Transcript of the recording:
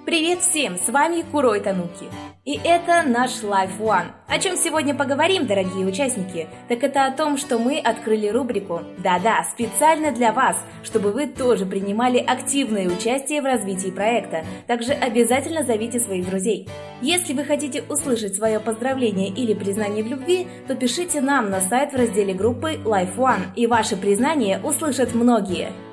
Привет всем, с вами Курой Тануки. И это наш Life One. О чем сегодня поговорим, дорогие участники? Так это о том, что мы открыли рубрику «Да-да, специально для вас», чтобы вы тоже принимали активное участие в развитии проекта. Также обязательно зовите своих друзей. Если вы хотите услышать свое поздравление или признание в любви, то пишите нам на сайт в разделе группы Life One, и ваше признание услышат многие.